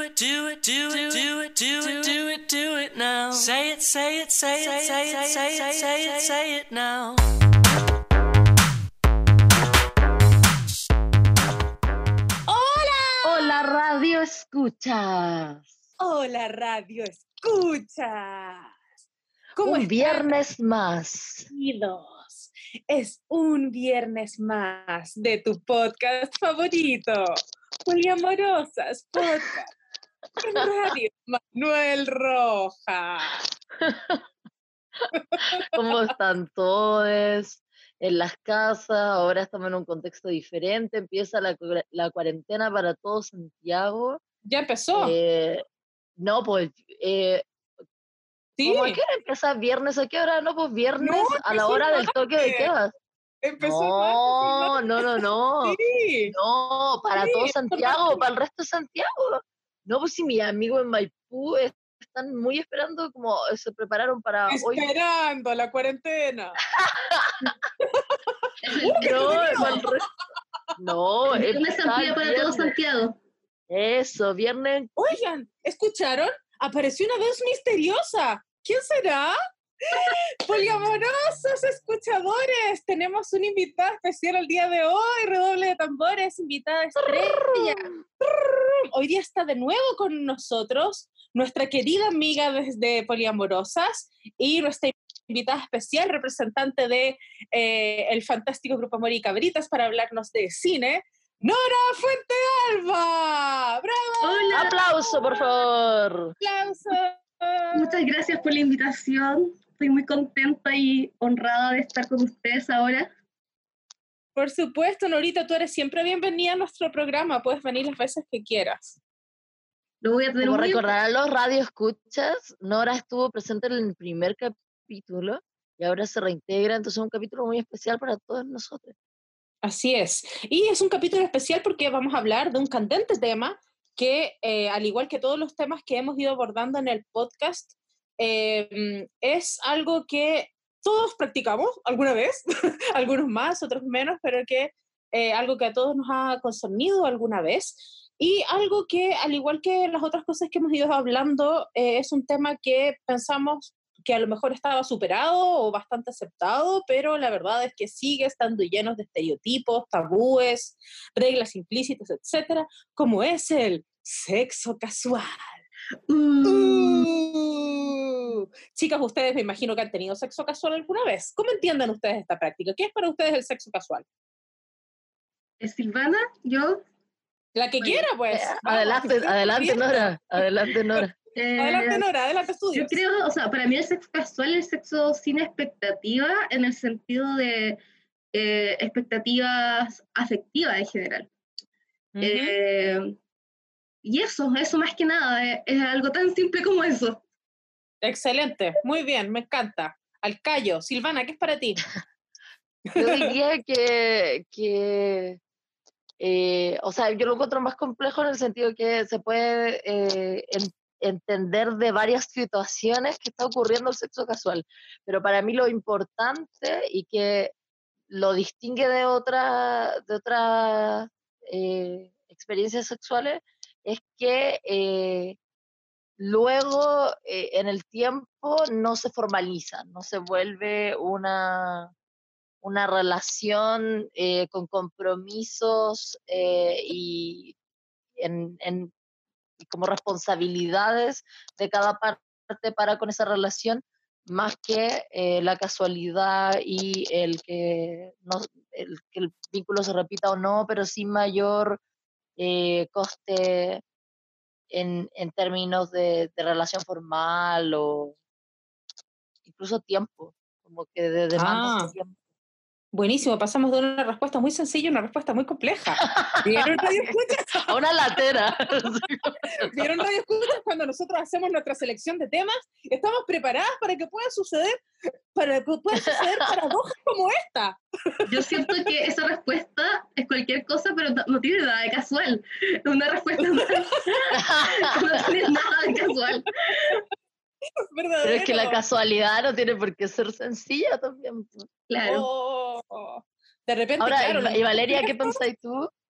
it, do it, do it, do it, do it, do it, do it now. Say it, say it, say it, say it, say it, say it, say it now. Hola radio escuchas. Hola radio escuchas. ¿Cómo Un están, viernes más. queridos? Es un viernes más de tu podcast favorito, Poliamorosas Podcast en Radio Manuel Rojas. ¿Cómo están todos? En las casas, ahora estamos en un contexto diferente, empieza la cuarentena para todo Santiago. ¿Ya empezó? No, pues, ¿Sí? ¿cómo a qué hora empieza? ¿Viernes? ¿A qué hora? No, pues viernes No, a la empezó hora del martes. toque de queda. Empezó No, el no. Sí. No, para Sí, todo empezó Santiago, martes. para el resto de Santiago. No, pues si mis amigos en Maipú están muy esperando, como se prepararon para hoy. Esperando la cuarentena. No, para el resto. No, Viernes Santiago para todo Santiago. Eso, viernes. Oigan, ¿escucharon? Apareció una voz misteriosa. ¿Quién será? Poliamorosos escuchadores, tenemos una invitada especial el día de hoy, redoble de tambores, invitada estrella. Hoy día está de nuevo con nosotros nuestra querida amiga desde Poliamorosas y nuestra invitada especial, representante de el fantástico Grupo Amor y Cabritas para hablarnos de cine, Nora Fuente Alba. ¡Bravo! Hola, ¡Aplauso, por favor! ¡Aplausos! muchas gracias por la invitación. Estoy muy contenta y honrada de estar con ustedes ahora. Por supuesto, Norita, tú eres siempre bienvenida a nuestro programa. Puedes venir las veces que quieras. Lo voy a tener Como muy recordarán los radioescuchas, Nora estuvo presente en el primer capítulo y ahora se reintegra, entonces es un capítulo muy especial para todos nosotros. Así es. Y es un capítulo especial porque vamos a hablar de un candente tema que, al igual que todos los temas que hemos ido abordando en el podcast, es algo que todos practicamos alguna vez, algunos más, otros menos, pero que algo que a todos nos ha concernido alguna vez. Y algo que, al igual que las otras cosas que hemos ido hablando, es un tema que pensamos que a lo mejor estaba superado o bastante aceptado, pero la verdad es que sigue estando lleno de estereotipos, tabúes, reglas implícitas, etcétera, como es el sexo casual. Chicas, ustedes me imagino que han tenido sexo casual alguna vez. ¿Cómo entienden ustedes esta práctica? ¿Qué es para ustedes el sexo casual? Silvana, yo. La que quiera, pues. Adelante, Nora. Adelante, Nora. Adelante, Nora, adelante, Yo estudios. creo, o sea, para mí el sexo casual es el sexo sin expectativa en el sentido de expectativas afectivas en general. Y eso más que nada, es algo tan simple como eso. Excelente, muy bien, me encanta. Al callo. Silvana, ¿qué es para ti? Yo diría que o sea, yo lo encuentro más complejo en el sentido que se puede entender de varias situaciones que está ocurriendo el sexo casual, pero para mí lo importante y que lo distingue de otras experiencias sexuales es que luego en el tiempo no se formaliza, no se vuelve una relación con compromisos y como responsabilidades de cada parte para con esa relación, más que la casualidad y que el vínculo se repita o no, pero sin mayor coste en términos de relación formal o incluso tiempo, como que de demanda de tiempo. Buenísimo, pasamos de una respuesta muy sencilla a una respuesta muy compleja. ¿Vieron Radio Escuchas? A una latera. ¿Vieron Radio Escuchas? Cuando nosotros hacemos nuestra selección de temas, estamos preparadas para que puedan suceder paradojas como esta. Yo siento que esa respuesta es cualquier cosa, pero no tiene nada de casual. Es una respuesta no tiene nada de casual. ¿Verdadero? Pero es que la casualidad no tiene por qué ser sencilla también. Claro. De repente, ahora, claro. y Valeria, ¿qué pensáis tú?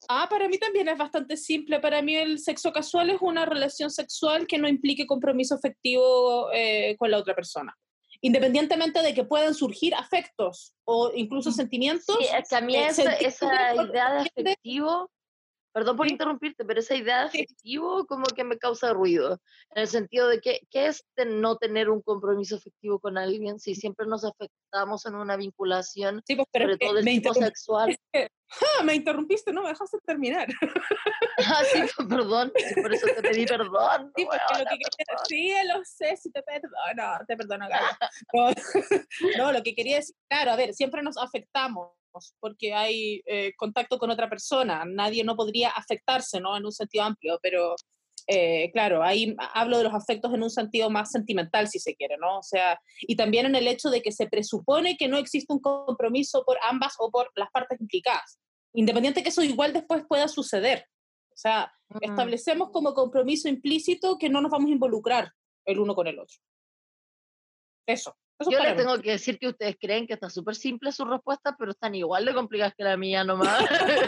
Para mí también es bastante simple. Para mí el sexo casual es una relación sexual que no implique compromiso afectivo con la otra persona. Independientemente de que puedan surgir afectos o incluso sentimientos. Sí, es que a mí esa idea de afectivo, perdón por ¿Sí? interrumpirte, pero esa idea de afectivo como que me causa ruido, en el sentido de que, ¿qué es no tener un compromiso afectivo con alguien si siempre nos afectamos en una vinculación, Sí, pues, pero sobre es que todo del tipo sexual? me interrumpiste, no me dejaste terminar. Sí, pues, perdón, sí, por eso te pedí perdón. Sí, porque lo que quería, sí, lo sé, si te perdono, Gaia. No, no, lo que quería decir, claro, a ver, siempre nos afectamos porque hay contacto con otra persona, nadie no podría afectarse, ¿no? En un sentido amplio, pero claro, ahí hablo de los afectos en un sentido más sentimental, si se quiere, ¿no? O sea, y también en el hecho de que se presupone que no existe un compromiso por ambas o por las partes implicadas, independiente que eso igual después pueda suceder. O sea, establecemos como compromiso implícito que no nos vamos a involucrar el uno con el otro. Eso Yo para les mí. tengo que decir que ustedes creen que está súper simple su respuesta, pero están igual de complicadas que la mía nomás.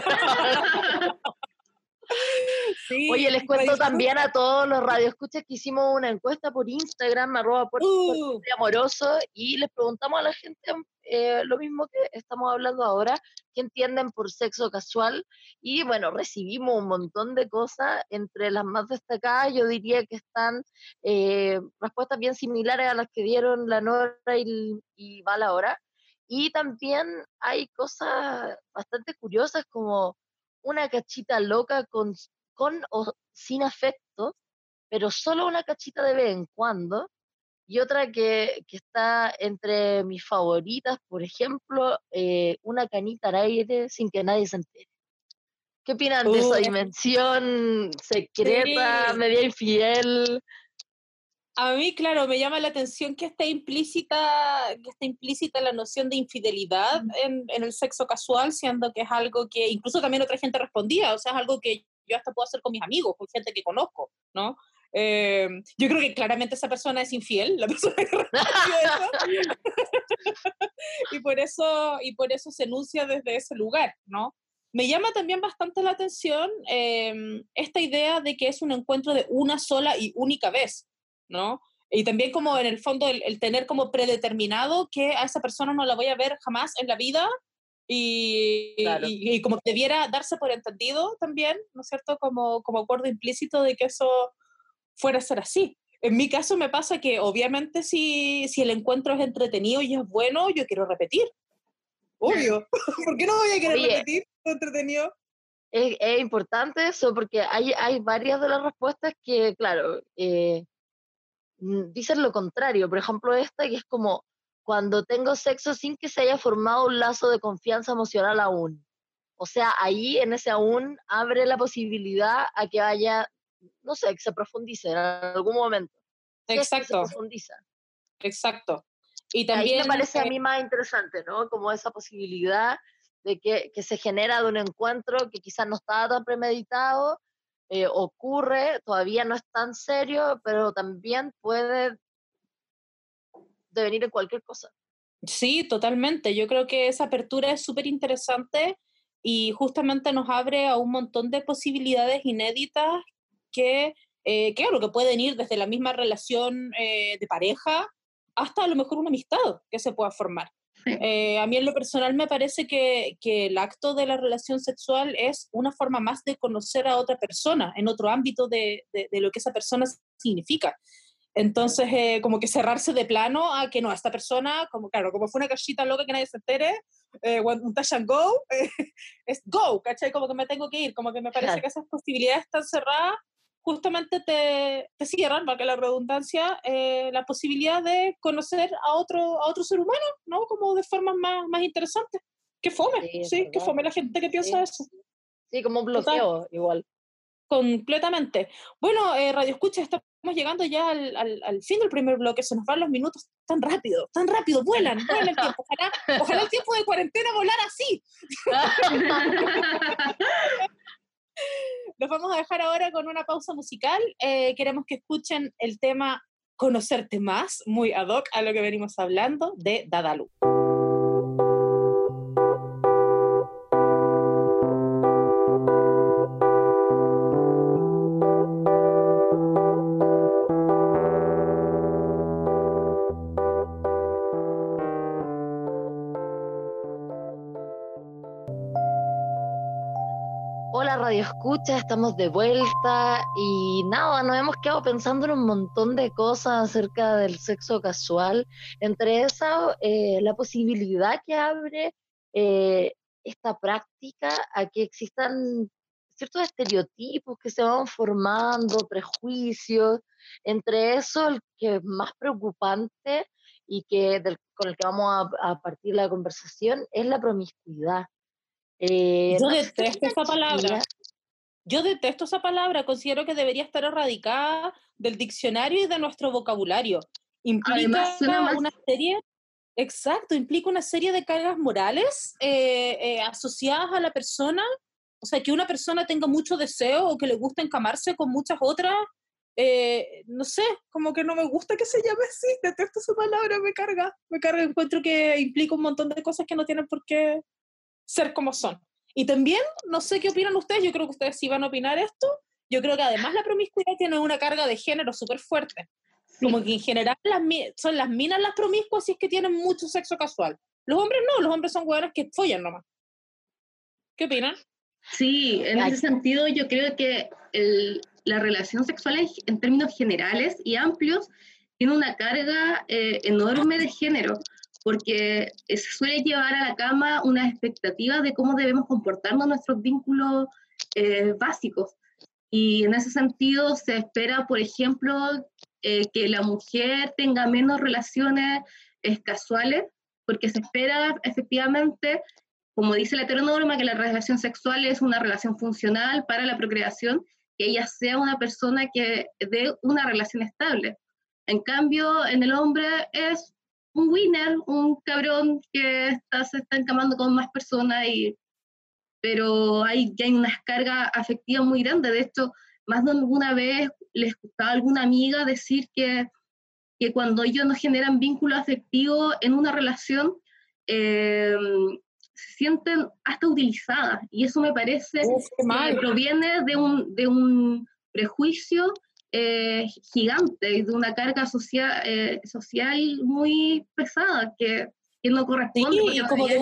Sí, Oye, les cuento también a todos los radioescuchas que hicimos una encuesta por Instagram, @amoroso, y les preguntamos a la gente lo mismo que estamos hablando ahora, que entienden por sexo casual, y bueno, recibimos un montón de cosas, entre las más destacadas yo diría que están respuestas bien similares a las que dieron la Nora y Val ahora, y también hay cosas bastante curiosas como una cachita loca con o sin afecto, pero solo una cachita de vez en cuando, y otra que está entre mis favoritas, por ejemplo, una canita al aire sin que nadie se entere. ¿Qué opinan de esa dimensión secreta, sí. media infiel? A mí, claro, me llama la atención que está implícita la noción de infidelidad en el sexo casual, siendo que es algo que incluso también otra gente respondía, o sea, es algo que yo hasta puedo hacer con mis amigos, con gente que conozco, ¿no? Yo creo que claramente esa persona es infiel, la persona que respondió eso, y por eso se enuncia desde ese lugar, ¿no? Me llama también bastante la atención esta idea de que es un encuentro de una sola y única vez, ¿no? Y también como en el fondo el tener como predeterminado que a esa persona no la voy a ver jamás en la vida Claro. y como que debiera darse por entendido también, ¿no es cierto? Como acuerdo implícito de que eso fuera a ser así. En mi caso me pasa que obviamente si el encuentro es entretenido y es bueno, yo quiero repetir. Obvio. ¿Por qué no voy a querer repetir lo entretenido? Es importante eso porque hay varias de las respuestas que, claro, dicen lo contrario. Por ejemplo, esta que es como cuando tengo sexo sin que se haya formado un lazo de confianza emocional aún. O sea, ahí en ese aún abre la posibilidad a que haya, no sé, que se profundice en algún momento. Si es que se profundiza. Exacto. Y también, ahí me también parece a mí más interesante, ¿no? Como esa posibilidad de que se genera de un encuentro que quizás no estaba tan premeditado, ocurre, todavía no es tan serio, pero también puede devenir en cualquier cosa. Sí, totalmente. Yo creo que esa apertura es súper interesante y justamente nos abre a un montón de posibilidades inéditas que, claro, que pueden ir desde la misma relación de pareja hasta a lo mejor una amistad que se pueda formar. A mí en lo personal me parece que el acto de la relación sexual es una forma más de conocer a otra persona en otro ámbito de lo que esa persona significa. Entonces, como que cerrarse de plano a que no, esta persona, como claro, como fue una cachita loca que nadie se entere, un touch and go, es go, ¿cachai? Como que me tengo que ir, como que me parece que esas posibilidades están cerradas, justamente te cierran, para que la redundancia, la posibilidad de conocer a otro ser humano, ¿no? Como de formas más interesantes. Que fome, sí, que fome la gente que piensa eso. Sí, como un bloqueo. Total. Igual. Completamente. Bueno, Radio Escucha, estamos llegando ya al fin del primer bloque, se nos van los minutos tan rápido, vuelan el tiempo. Ojalá el tiempo de cuarentena volara así. Los vamos a dejar ahora con una pausa musical. Queremos que escuchen el tema Conocerte Más, muy ad hoc a lo que venimos hablando, de Dadalú. Escucha, estamos de vuelta y nada, nos hemos quedado pensando en un montón de cosas acerca del sexo casual, entre esas la posibilidad que abre esta práctica a que existan ciertos estereotipos que se van formando, prejuicios, entre eso el que es más preocupante y con el que vamos a partir la conversación es la promiscuidad. Yo No sé qué detesto opinan, esa palabra. chiquillas. Yo detesto esa palabra, considero que debería estar erradicada del diccionario y de nuestro vocabulario. Implica Además, suena más... una serie, exacto, implica una serie de cargas morales asociadas a la persona, o sea, que una persona tenga mucho deseo o que le guste encamarse con muchas otras, no sé, como que no me gusta que se llame así, detesto esa palabra, me carga, encuentro que implica un montón de cosas que no tienen por qué ser como son. Y también, no sé qué opinan ustedes, yo creo que ustedes sí van a opinar esto, yo creo que además la promiscuidad tiene una carga de género súper fuerte. Sí. Como que en general son las minas las promiscuas si es que tienen mucho sexo casual. Los hombres no, los hombres son hueonas que follan nomás. ¿Qué opinan? Sí, en ese sentido yo creo que la relación sexual en términos generales y amplios tiene una carga enorme de género, porque se suele llevar a la cama una expectativa de cómo debemos comportarnos en nuestros vínculos básicos. Y en ese sentido se espera, por ejemplo, que la mujer tenga menos relaciones casuales, porque se espera efectivamente, como dice la heteronorma, que la relación sexual es una relación funcional para la procreación, que ella sea una persona que dé una relación estable. En cambio, en el hombre es un winner, un cabrón que se está encamando con más personas, pero hay unas cargas afectivas muy grandes. De hecho, más de alguna vez les escuchaba a alguna amiga decir que cuando ellos no generan vínculo afectivo en una relación, se sienten hasta utilizadas, y eso me parece que proviene de un prejuicio gigante y de una carga social muy pesada que no corresponde, sí,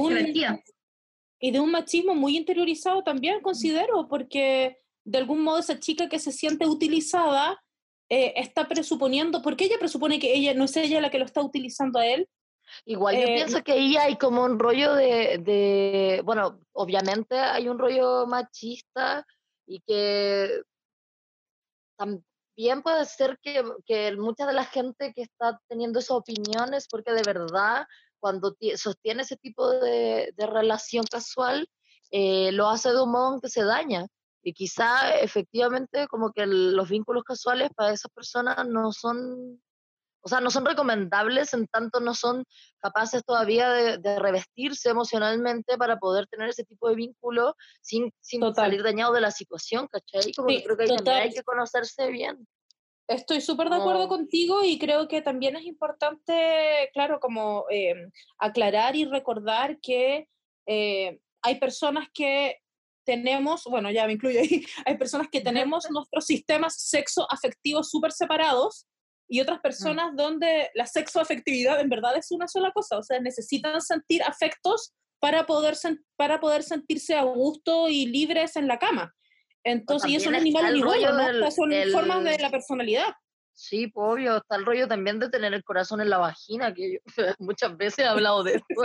y de un machismo muy interiorizado también, considero, porque de algún modo esa chica que se siente utilizada está presuponiendo, porque ella presupone que ella no es ella la que lo está utilizando a él. Igual yo pienso que ahí hay como un rollo bueno, obviamente hay un rollo machista y que también puede ser que mucha de la gente que está teniendo esas opiniones, porque de verdad cuando sostiene ese tipo de relación casual, lo hace de un modo en que se daña. Y quizá efectivamente como que los vínculos casuales para esas personas no son... O sea, no son recomendables en tanto no son capaces todavía de revestirse emocionalmente para poder tener ese tipo de vínculo sin salir dañado de la situación, ¿cachai? Como Sí, que creo que ahí también hay que conocerse bien. Estoy súper de acuerdo contigo y creo que también es importante, claro, como aclarar y recordar que hay personas que tenemos, bueno, ya me incluyo ahí, hay personas que tenemos nuestros sistemas sexoafectivos súper separados y otras personas donde la sexoafectividad en verdad es una sola cosa, o sea, necesitan sentir afectos para poder sentirse a gusto y libres en la cama. Entonces, y eso no es ni malo ni bueno, ¿no? Son formas de la personalidad. Sí, pues, obvio, está el rollo también de tener el corazón en la vagina, que yo muchas veces he hablado de esto.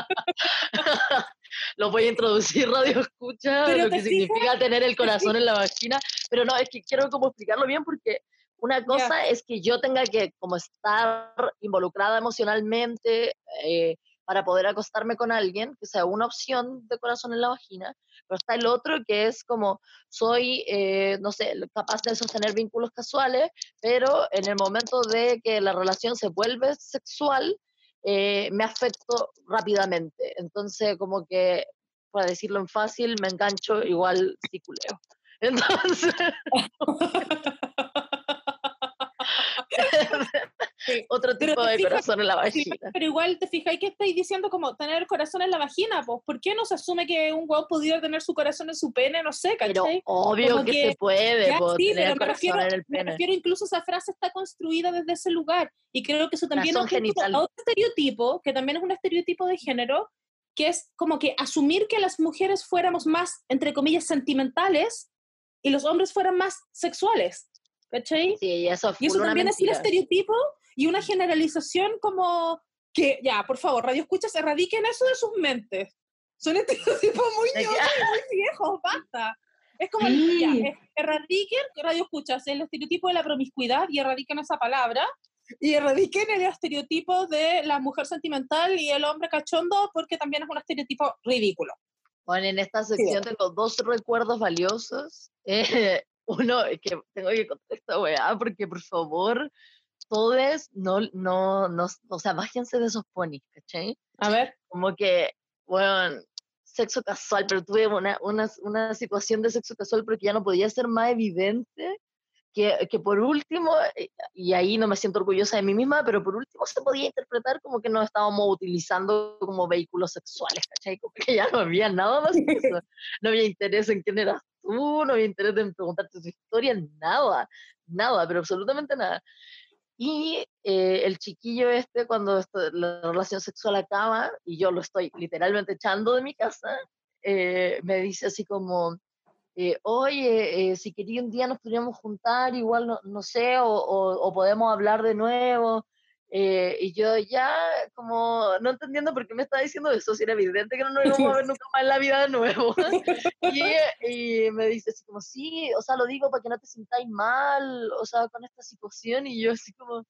Lo voy a introducir, radio escucha, pero lo que significa tener el corazón en la vagina, pero no, es que quiero como explicarlo bien porque una cosa es que yo tenga que como estar involucrada emocionalmente para poder acostarme con alguien, que sea una opción de corazón en la vagina, pero está el otro que es como soy, no sé, capaz de sostener vínculos casuales, pero en el momento de que la relación se vuelve sexual, me afecto rápidamente. Entonces, como que, para decirlo en fácil, me engancho, igual sí culeo. Entonces... Sí. Otro tipo de corazón en la vagina. Pero igual te fijas que estáis diciendo como tener el corazón en la vagina, pues ¿por qué no se asume que un huevo podría tener su corazón en su pene? No sé, ¿cachai? Pero obvio que se puede, ya, sí, tener pero el corazón en el pene. Me refiero incluso esa frase está construida desde ese lugar y creo que eso también es genital. otro estereotipo, que también es un estereotipo de género, que es como que asumir que las mujeres fuéramos más, entre comillas, sentimentales y los hombres fueran más sexuales, ¿cachai? Sí, y eso Y eso una también es un mentira. estereotipo y una generalización como que, ya, por favor, radio escuchas, erradiquen eso de sus mentes. Son estereotipos muy ¿De qué? ñoños y muy viejos, basta. Es como, Sí. ya, erradiquen, radio escuchas, el estereotipo de la promiscuidad y erradiquen esa palabra, y erradiquen el estereotipo de la mujer sentimental y el hombre cachondo, porque también es un estereotipo ridículo. Bueno, en esta sección tengo 2 recuerdos valiosos. Uno, es que tengo que contar esta weá, porque por favor, todos o sea, bájense de esos ponis, ¿cachai? A ver. Como que, bueno, sexo casual, pero tuve una situación de sexo casual porque ya no podía ser más evidente que por último, y ahí no me siento orgullosa de mí misma, pero por último se podía interpretar como que nos estábamos utilizando como vehículos sexuales, ¿cachai? Como que ya no había nada más que eso. No había interés en quién eras tú, no había interés en preguntarte tu historia, nada, pero absolutamente nada. Y el chiquillo cuando la relación sexual acaba, y yo lo estoy literalmente echando de mi casa, me dice así como, oye, si quería un día nos podríamos juntar, igual no sé, o podemos hablar de nuevo. Y yo ya, como no entendiendo por qué me estaba diciendo eso, si era evidente que no nos íbamos a ver nunca más en la vida de nuevo. y me dice así como, sí, o sea, lo digo para que no te sintáis mal, o sea, con esta situación. Y yo así como,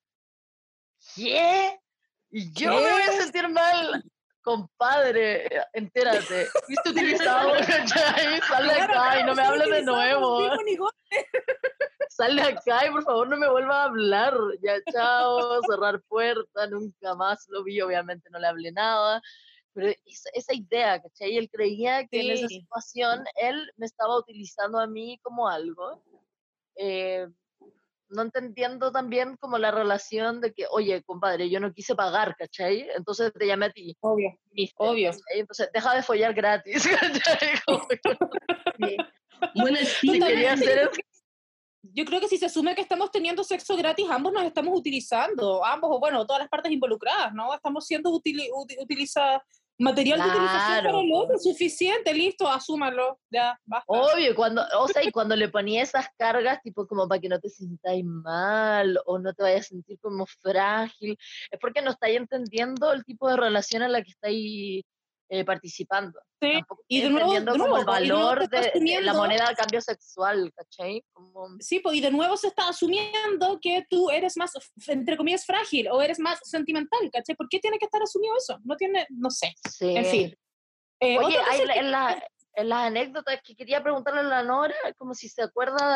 ¿qué? Y yo me voy a sentir mal. Compadre, entérate, fuiste utilizado, ¿cachai? Sal de acá y no me hables de nuevo. Sal de acá y por favor no me vuelvas a hablar. Ya, chao, cerrar puerta, nunca más lo vi, obviamente no le hablé nada. Pero esa idea, ¿cachai? Él creía que en esa situación él me estaba utilizando a mí como algo. No entendiendo también como la relación de que, oye, compadre, yo no quise pagar, ¿cachai? Entonces te llamé a ti. Obvio, ¿viste? obvio. ¿Cachai? Entonces, deja de follar gratis, ¿cachai? Como que, Sí. Bueno, sí, si quería hacer yo creo que si se asume que estamos teniendo sexo gratis, ambos nos estamos utilizando, ambos, o bueno, todas las partes involucradas, ¿no? Estamos siendo material de utilización para el otro, suficiente, listo, asúmalo, ya, basta. Obvio, y cuando le ponía esas cargas, tipo como para que no te sintáis mal o no te vayas a sentir como frágil, es porque no estáis entendiendo el tipo de relación en la que estáis participando. Sí, Tampoco y estáis entendiendo como el valor de la moneda de cambio sexual, ¿cachai? Como... Sí, pues, y de nuevo se está asumiendo que tú eres más, entre comillas, frágil o eres más sentimental, ¿cachai? ¿Por qué tiene que estar asumido eso? No tiene, no sé, Sí. en fin. Oye, en las anécdotas que quería preguntarle a la Nora, como si se acuerda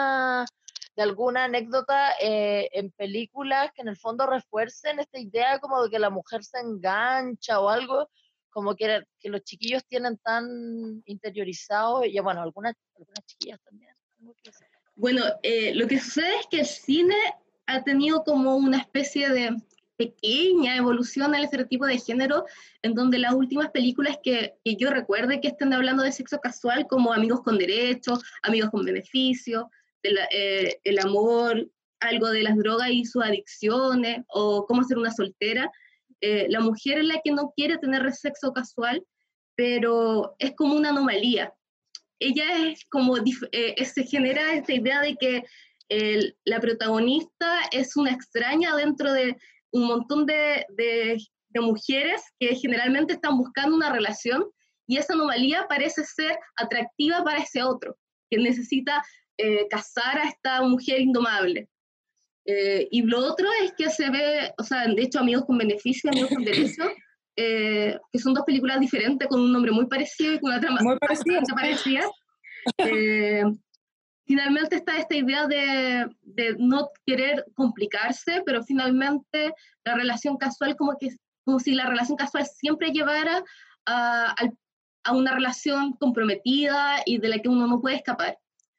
de alguna anécdota en películas que en el fondo refuercen esta idea como de que la mujer se engancha o algo, como que los chiquillos tienen tan interiorizado, y bueno, algunas chiquillas también. Bueno, lo que sucede es que el cine ha tenido como una especie de pequeña evolución al estereotipo de género, en donde las últimas películas que yo recuerde que estén hablando de sexo casual, como Amigos con Derechos, Amigos con Beneficio, el amor, algo de las drogas y sus adicciones, o Cómo ser una soltera, la mujer es la que no quiere tener sexo casual, pero es como una anomalía. Ella es como, se genera esta idea de que la protagonista es una extraña dentro de un montón de mujeres que generalmente están buscando una relación, y esa anomalía parece ser atractiva para ese otro, que necesita cazar a esta mujer indomable. Y lo otro es que se ve, o sea, de hecho, Amigos con Beneficio, Amigos con Derecho, que son dos películas diferentes con un nombre muy parecido y con una trama muy bastante parecida. Finalmente está esta idea de no querer complicarse, pero finalmente la relación casual como si la relación casual siempre llevara a una relación comprometida y de la que uno no puede escapar.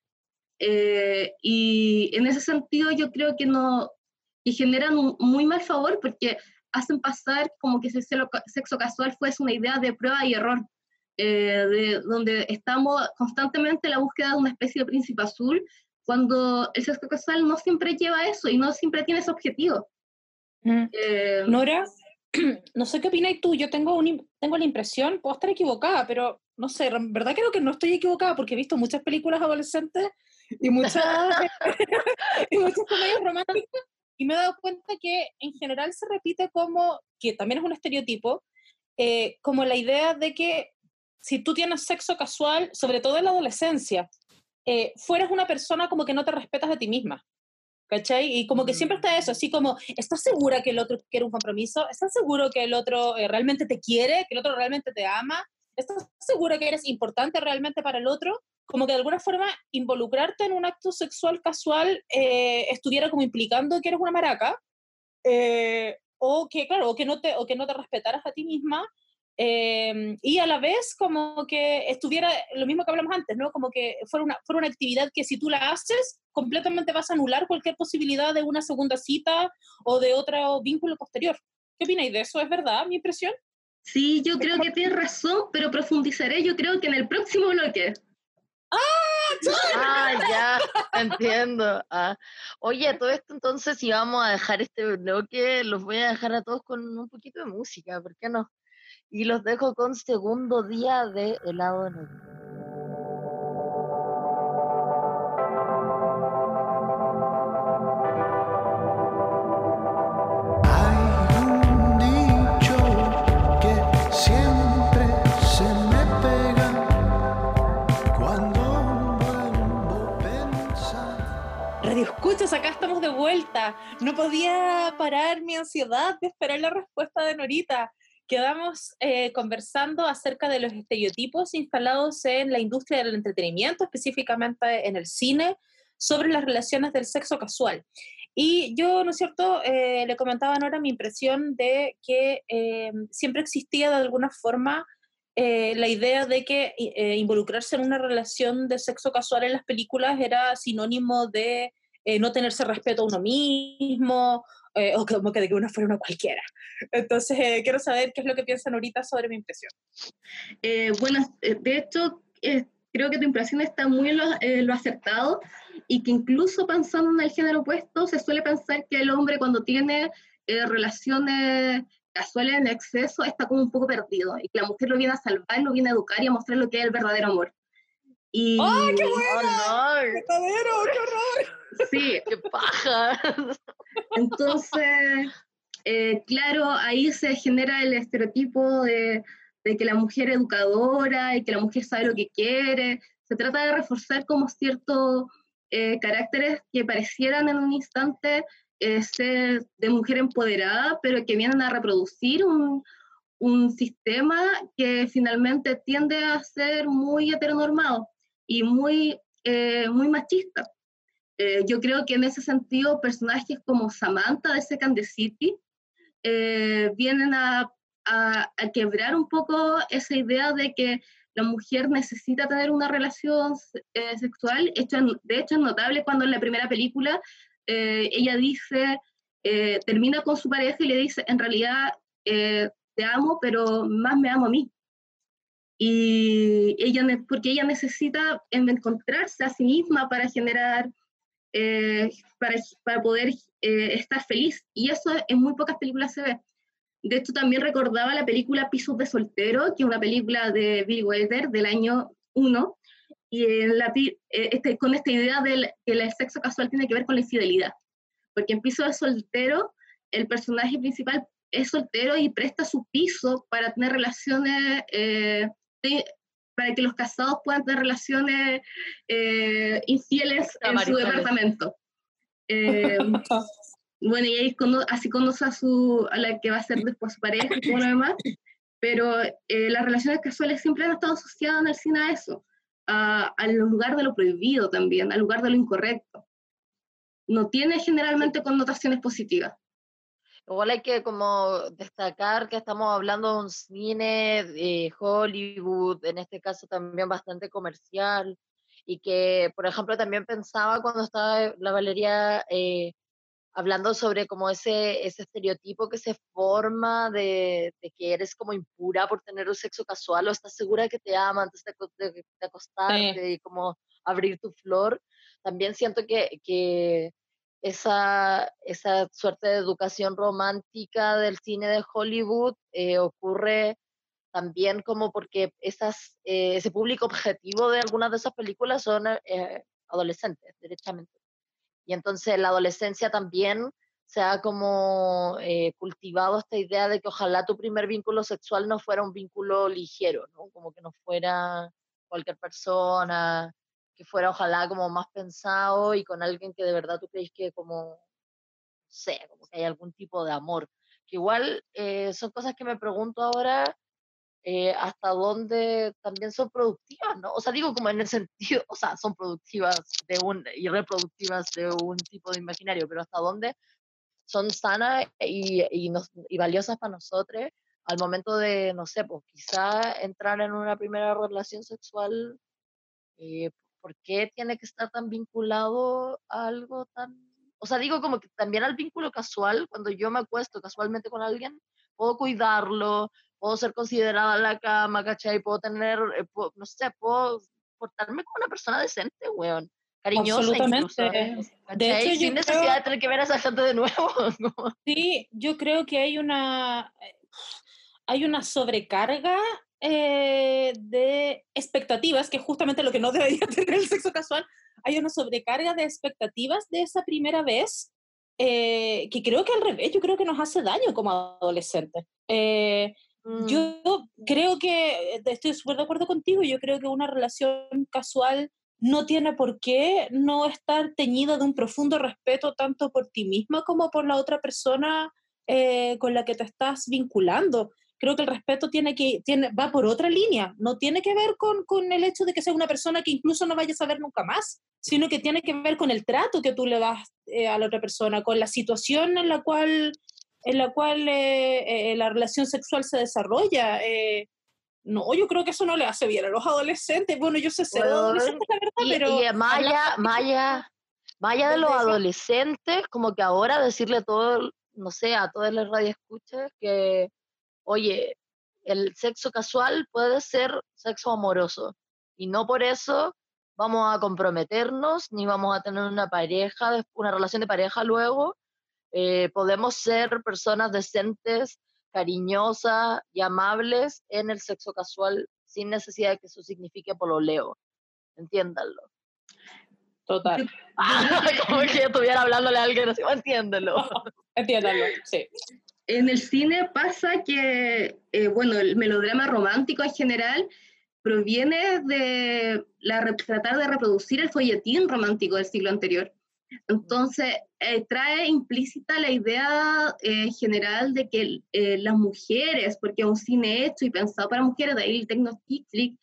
Y en ese sentido yo creo que generan un muy mal favor, porque hacen pasar como que el sexo casual fuese una idea de prueba y error, donde estamos constantemente en la búsqueda de una especie de príncipe azul, cuando el sexo casual no siempre lleva eso y no siempre tiene ese objetivo. Nora, no sé qué opinas tú, yo tengo la impresión, puedo estar equivocada, pero no sé, en verdad creo que no estoy equivocada porque he visto muchas películas adolescentes y muchas, y muchas comedias románticas y me he dado cuenta que en general se repite como, que también es un estereotipo, como la idea de que si tú tienes sexo casual, sobre todo en la adolescencia, fueras una persona como que no te respetas a ti misma. ¿Cachai? Y como que siempre está eso, así como, ¿estás segura que el otro quiere un compromiso? ¿Estás seguro que el otro realmente te quiere? ¿Que el otro realmente te ama? ¿Estás segura que eres importante realmente para el otro? Como que de alguna forma involucrarte en un acto sexual casual estuviera como implicando que eres una maraca, o que, claro, o que no te respetaras a ti misma, y a la vez como que estuviera lo mismo que hablamos antes, ¿no? Como que fuera una actividad que si tú la haces, completamente vas a anular cualquier posibilidad de una segunda cita o de otro vínculo posterior. ¿Qué opináis de eso? ¿Es verdad mi impresión? Sí, yo creo que tienes razón, pero profundizaré yo creo que en el próximo bloque. Ah, ya, entiendo. Ah. Oye, todo esto entonces, si vamos a dejar este bloque, los voy a dejar a todos con un poquito de música, ¿por qué no? Y los dejo con Segundo Día de Helado en el... Hay un dicho que siempre se me pega cuando vuelvo a pensar. Radio Escuchas, acá estamos de vuelta. No podía parar mi ansiedad de esperar la respuesta de Norita. Quedamos conversando acerca de los estereotipos instalados en la industria del entretenimiento, específicamente en el cine, sobre las relaciones del sexo casual. Y yo, ¿no es cierto?, le comentaba a Nora mi impresión de que siempre existía de alguna forma la idea de que involucrarse en una relación de sexo casual en las películas era sinónimo de no tenerse respeto a uno mismo, o como que de que uno fuera una cualquiera. Entonces, quiero saber qué es lo que piensan ahorita sobre mi impresión. Bueno, de hecho, creo que tu impresión está muy en lo acertado y que incluso pensando en el género opuesto, se suele pensar que el hombre cuando tiene relaciones casuales en exceso está como un poco perdido y que la mujer lo viene a salvar, lo viene a educar y a mostrar lo que es el verdadero amor. Y ¡Ay, qué ¡Oh, no! verdadero! ¡Qué horror! sí, ¡Qué paja! entonces, claro, ahí se genera el estereotipo de que la mujer es educadora y que la mujer sabe lo que quiere. Se trata de reforzar como ciertos caracteres que parecieran en un instante ser de mujer empoderada, pero que vienen a reproducir un sistema que finalmente tiende a ser muy heteronormado y muy machista. Yo creo que en ese sentido personajes como Samantha de Sex and the City vienen a quebrar un poco esa idea de que la mujer necesita tener una relación sexual. De hecho, es notable cuando en la primera película ella dice, termina con su pareja y le dice, en realidad te amo, pero más me amo a mí. Y porque ella necesita encontrarse a sí misma para generar para poder estar feliz. Y eso en muy pocas películas se ve. De hecho, también recordaba la película Pisos de Soltero, que es una película de Billy Wilder del año 1, y con esta idea de que el sexo casual tiene que ver con la infidelidad. Porque en Pisos de Soltero, el personaje principal es soltero y presta su piso para tener relaciones para que los casados puedan tener relaciones infieles en su departamento. Bueno, y ahí así conoce a la que va a ser después su pareja y todo lo demás, pero las relaciones casuales siempre han estado asociadas en el cine a eso, al lugar de lo prohibido también, al lugar de lo incorrecto. No tiene generalmente connotaciones positivas. Igual hay que como destacar que estamos hablando de un cine de Hollywood, en este caso también bastante comercial, y que, por ejemplo, también pensaba cuando estaba la Valeria hablando sobre como ese estereotipo que se forma de que eres como impura por tener un sexo casual o estás segura que te ama antes de acostarte y como abrir tu flor. También siento que esa suerte de educación romántica del cine de Hollywood ocurre también como porque ese público objetivo de algunas de esas películas son adolescentes, derechamente. Y entonces la adolescencia también se ha como cultivado esta idea de que ojalá tu primer vínculo sexual no fuera un vínculo ligero, ¿no? Como que no fuera cualquier persona, que fuera ojalá como más pensado y con alguien que de verdad tú crees que como, no sé, como que hay algún tipo de amor. Que igual son cosas que me pregunto ahora hasta dónde también son productivas, ¿no? O sea, digo como en el sentido, o sea, son productivas y reproductivas de un tipo de imaginario, pero hasta dónde son sanas y valiosas para nosotros al momento de, no sé, pues quizá entrar en una primera relación sexual, eh, ¿por qué tiene que estar tan vinculado a algo tan... O sea, digo como que también al vínculo casual, cuando yo me acuesto casualmente con alguien, puedo cuidarlo, puedo ser considerada en la cama, ¿cachai? Puedo tener, no sé, puedo portarme como una persona decente, weón. Cariñosa incluso, Absolutamente. De hecho, ¿cachai? Sin necesidad de tener que ver a esa gente de nuevo. sí, yo creo que hay una sobrecarga de expectativas, que es justamente lo que no debería tener el sexo casual. Hay una sobrecarga de expectativas de esa primera vez, que creo que al revés, yo creo que nos hace daño como adolescentes. Yo creo que, estoy súper de acuerdo contigo, yo creo que una relación casual no tiene por qué no estar teñida de un profundo respeto tanto por ti misma como por la otra persona con la que te estás vinculando. Creo que el respeto va por otra línea, no tiene que ver con el hecho de que sea una persona que incluso no vayas a ver nunca más, sino que tiene que ver con el trato que tú le das a la otra persona, con la situación en la cual la relación sexual se desarrolla. No, yo creo que eso no le hace bien a los adolescentes. Bueno, yo sé ser adolescente, la verdad, pero... Más allá de los adolescentes, como que ahora decirle a todo, no sé, a todas las radioescuchas que, oye, el sexo casual puede ser sexo amoroso y no por eso vamos a comprometernos ni vamos a tener una relación de pareja luego. Podemos ser personas decentes, cariñosas y amables en el sexo casual sin necesidad de que eso signifique pololeo. Entiéndanlo. Total. Como que estuviera hablándole a alguien así, entiéndelo. Entiéndalo, sí. En el cine pasa que, bueno, el melodrama romántico en general proviene de tratar de reproducir el folletín romántico del siglo anterior. Entonces, trae implícita la idea general de que las mujeres, porque es un cine hecho y pensado para mujeres, de ahí el término chick flick,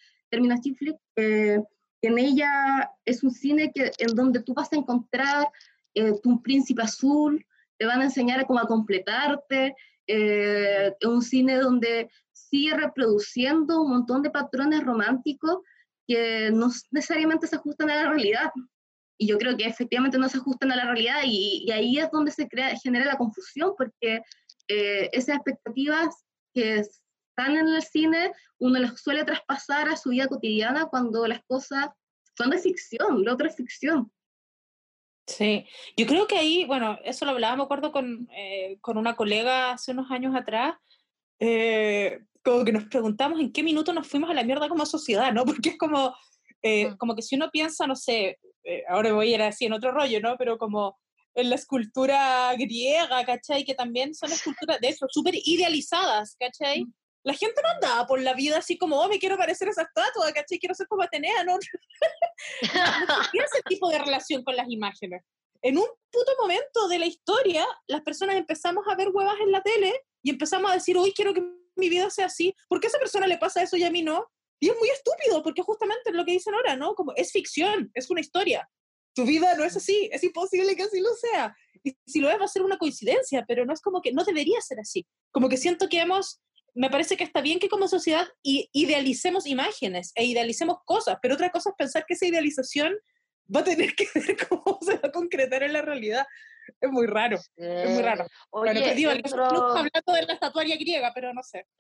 en ella es un cine en donde tú vas a encontrar tu príncipe azul, te van a enseñar cómo a completarte, es un cine donde sigue reproduciendo un montón de patrones románticos que no necesariamente se ajustan a la realidad. Y yo creo que efectivamente no se ajustan a la realidad y ahí es donde genera la confusión, porque esas expectativas que están en el cine, uno las suele traspasar a su vida cotidiana cuando las cosas son de ficción, lo otro es ficción. Sí, yo creo que ahí, bueno, eso lo hablaba, me acuerdo con una colega hace unos años atrás, como que nos preguntamos en qué minuto nos fuimos a la mierda como sociedad, ¿no? Porque es como que si uno piensa, no sé, ahora voy a ir así en otro rollo, ¿no? Pero como en la escultura griega, ¿cachai? Que también son esculturas, de hecho, súper idealizadas, ¿cachai? La gente no andaba por la vida así como, oh, me quiero parecer a esa estatua, ¿cachai? Quiero ser como Atenea, ¿no? No existía ese tipo de relación con las imágenes. En un puto momento de la historia, las personas empezamos a ver huevas en la tele y empezamos a decir, uy, quiero que mi vida sea así. ¿Por qué a esa persona le pasa eso y a mí no? Y es muy estúpido, porque justamente es lo que dicen ahora, ¿no? Como es ficción, es una historia. Tu vida no es así, es imposible que así lo sea. Y si lo es, va a ser una coincidencia, pero no es como que, no debería ser así. Como que siento que me parece que está bien que como sociedad idealicemos imágenes e idealicemos cosas, pero otra cosa es pensar que esa idealización va a tener que ver cómo se va a concretar en la realidad. Es muy raro, es muy raro. Oye, bueno, perdido hablando de la estatuaria griega, pero no sé.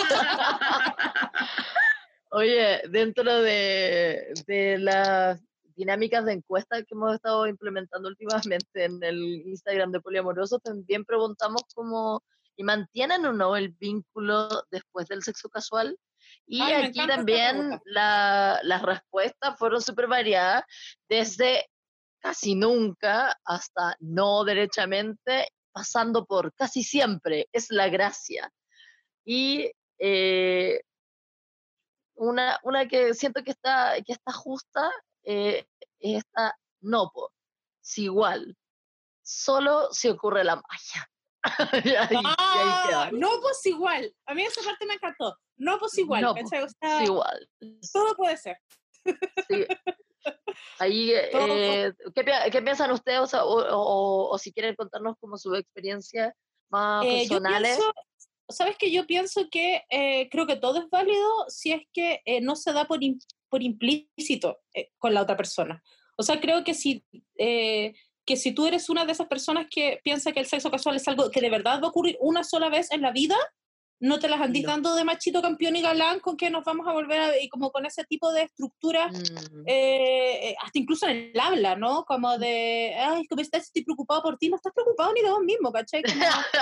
Oye, dentro de dinámicas de encuestas que hemos estado implementando últimamente en el Instagram de Poliamoroso, también preguntamos cómo, y mantienen o no el vínculo después del sexo casual. Y Ay, me aquí encanta esta también pregunta. las respuestas fueron súper variadas, desde casi nunca hasta no derechamente, pasando por casi siempre, es la gracia. Y una que siento que está justa, es esta, no, po, si igual, solo si ocurre la magia. Y ahí queda. No, pues igual. A mí esa parte me encantó. No, pues igual, No, ¿cachai? O si sea, igual. todo puede ser. Sí. Ahí, Todo. ¿qué piensan ustedes? O, sea, o si quieren contarnos como su experiencia más Yo pienso, personales. ¿sabes qué? Yo pienso que creo que todo es válido si es que no se da por implícito con la otra persona. O sea, creo que si tú eres una de esas personas que piensa que el sexo casual es algo que de verdad va a ocurrir una sola vez en la vida, no te las andís No. dando de machito campeón y galán con que nos vamos a volver a, y como con ese tipo de estructura, hasta incluso en el habla, ¿no? Como de, ay, como estás, estoy preocupado por ti, no estás preocupado ni de vos mismo, ¿cachai? Como,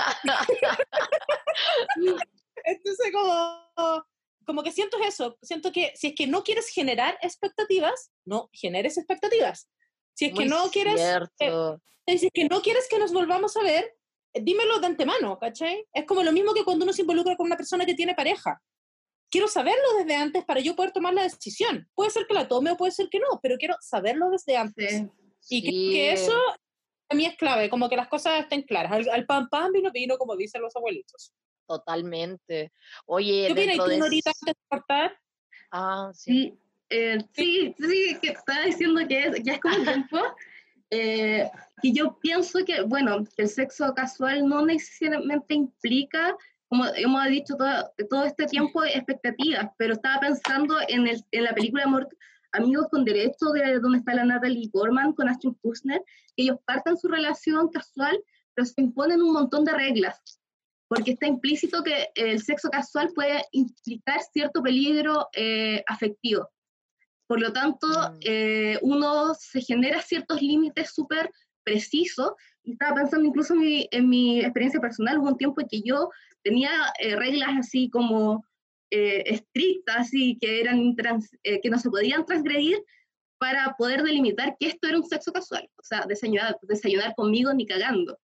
entonces, como que siento eso, siento que si es que no quieres generar expectativas, no generes expectativas. Si es que Muy no quieres, cierto. si es que no quieres que nos volvamos a ver, dímelo de antemano, ¿cachai? Es como lo mismo que cuando uno se involucra con una persona que tiene pareja. Quiero saberlo desde antes para yo poder tomar la decisión. Puede ser que la tome o puede ser que no, pero quiero saberlo desde antes. Sí. Y creo que eso a mí es clave, como que las cosas estén claras. Al pan pan, vino vino, como dicen los abuelitos. Totalmente. Oye, ¿Qué opinas dentro tú, de... Norita, antes de cortar? Sí. Sí, que estaba diciendo que ya es como tiempo. Que yo pienso que, bueno, que el sexo casual no necesariamente implica, como hemos dicho todo este tiempo, expectativas, pero estaba pensando en la película Amigos con Derecho, de donde está la Natalie Portman con Ashton Kutcher, que ellos parten su relación casual, pero se imponen un montón de reglas, porque está implícito que el sexo casual puede implicar cierto peligro afectivo. Por lo tanto, uno se genera ciertos límites súper precisos. Y estaba pensando incluso en mi experiencia personal. Hubo un tiempo en que yo tenía reglas así como estrictas y que, que no se podían transgredir para poder delimitar que esto era un sexo casual. O sea, desayunar conmigo ni cagando.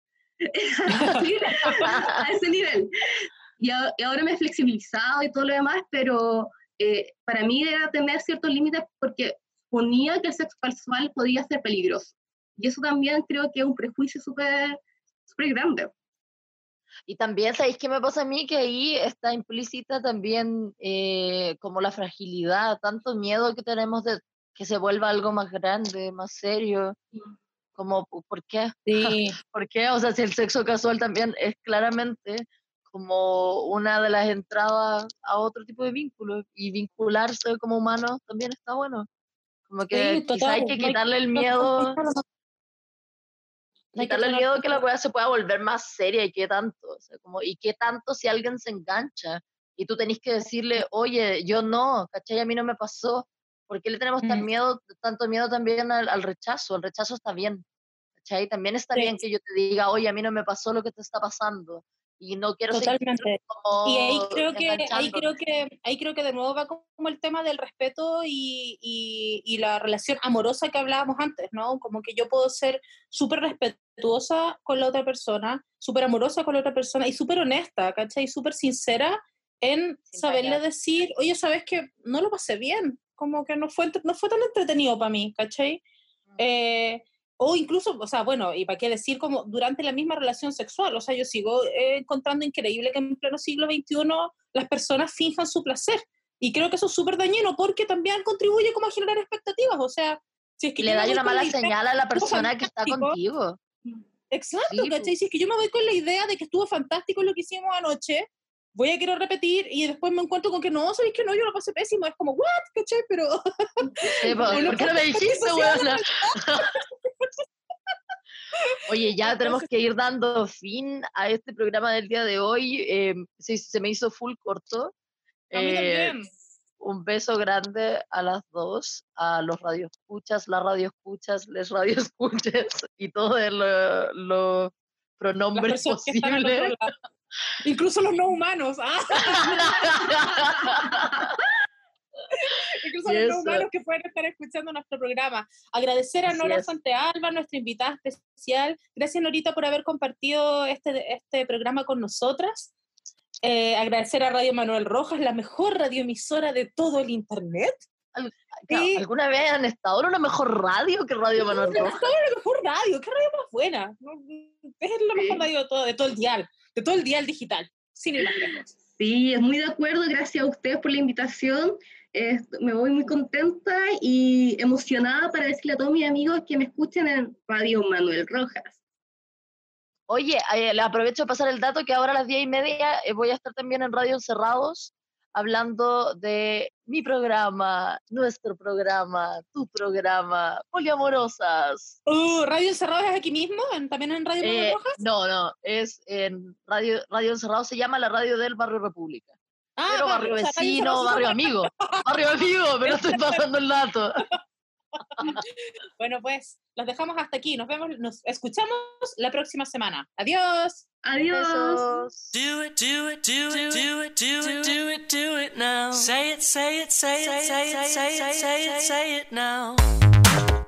A ese nivel. Y ahora me he flexibilizado y todo lo demás, pero para mí era tener ciertos límites porque ponía que el sexo casual podía ser peligroso. Y eso también creo que es un prejuicio súper grande. Y también, ¿sabéis qué me pasa a mí? Que ahí está implícita también como la fragilidad, tanto miedo que tenemos de que se vuelva algo más grande, más serio. Como, ¿por qué? Sí. ¿Por qué? O sea, si el sexo casual también es claramente como una de las entradas a otro tipo de vínculos, y vincularse como humano también está bueno. Como que Sí, quizá total. hay que No hay quitarle el no hay que miedo, complicarlo, no hay que quitarle el miedo poner- que la weá se pueda volver más seria, y qué tanto, o sea, como, y qué tanto si alguien se engancha y tú tenés que decirle, oye, yo no, ¿cachai? A mí no me pasó. ¿Por qué le tenemos tanto miedo también al rechazo? El rechazo está bien, ¿cachai? También está Sí, bien que yo te diga, oye, a mí no me pasó lo que te está pasando y no quiero seguir totalmente. Y como enganchando. ahí creo que de nuevo va como el tema del respeto y la relación amorosa que hablábamos antes, ¿no? Como que yo puedo ser súper respetuosa con la otra persona, súper amorosa con la otra persona y súper honesta, ¿cachai? Y súper sincera en Sin saberle dañar. decir, oye, ¿sabes qué? No lo pasé bien, como que no fue tan entretenido para mí, ¿cachai? O incluso, o sea, bueno, y para qué decir, como durante la misma relación sexual, o sea, yo sigo encontrando increíble que en pleno siglo XXI las personas finjan su placer, y creo que eso es súper dañino porque también contribuye como a generar expectativas, o sea, si es que Y yo le me da voy una con la mala idea señal a la de que estuvo persona que está fantástico, contigo. exacto, Sí, ¿cachai? Si es que yo me voy con la idea de que estuvo fantástico lo que hicimos anoche, voy a querer repetir y después me encuentro con que no, ¿sabéis que no? Yo lo pasé pésimo, es como, ¿what? ¿Cachai? Pero sí, como no ¿por qué no me dijiste, weona? Oye, ya tenemos entonces, que ir dando fin a este programa del día de hoy. Sí, se me hizo full corto. a mí Eh, también. un beso grande a las dos, a los radioescuchas, las radioescuchas, les radioescuches y todos los Las pronombres personas que están al otro posibles. lado. Incluso los no humanos. Incluso Y los no eso. humanos que pueden estar escuchando nuestro programa. Agradecer a Así Nora es. Santealba, nuestra invitada especial. Gracias, Norita, por haber compartido este programa con nosotras. Agradecer a Radio Manuel Rojas, la mejor radioemisora de todo el internet. Claro, Y- ¿alguna vez han estado en una mejor radio que Radio Manuel Rojas? La mejor radio, qué radio más buena. Es la mejor radio de todo el dial digital, sin ir más lejos. Sí, es muy de acuerdo, gracias a ustedes por la invitación. Me voy muy contenta y emocionada para decirle a todos mis amigos que me escuchen en Radio Manuel Rojas. Oye, le aprovecho de pasar el dato que ahora a las 10:30 voy a estar también en Radio Encerrados hablando de mi programa, nuestro programa, tu programa, Poliamorosas. ¿Radio Encerrado es aquí mismo? ¿También en Radio Manuel Rojas? No, es en Radio Encerrados, se llama la radio del Barrio República. Pero barrio o sea, Radio vecino, Encerrado barrio amigo, pero estoy pasando el dato. Bueno, pues los dejamos hasta aquí. Nos escuchamos la próxima semana. Adiós. Adiós. Besos. Do it, do it, do it, do it, do it, do it, do it now. Say it, say it, say it, say it, say it, say it, say it now.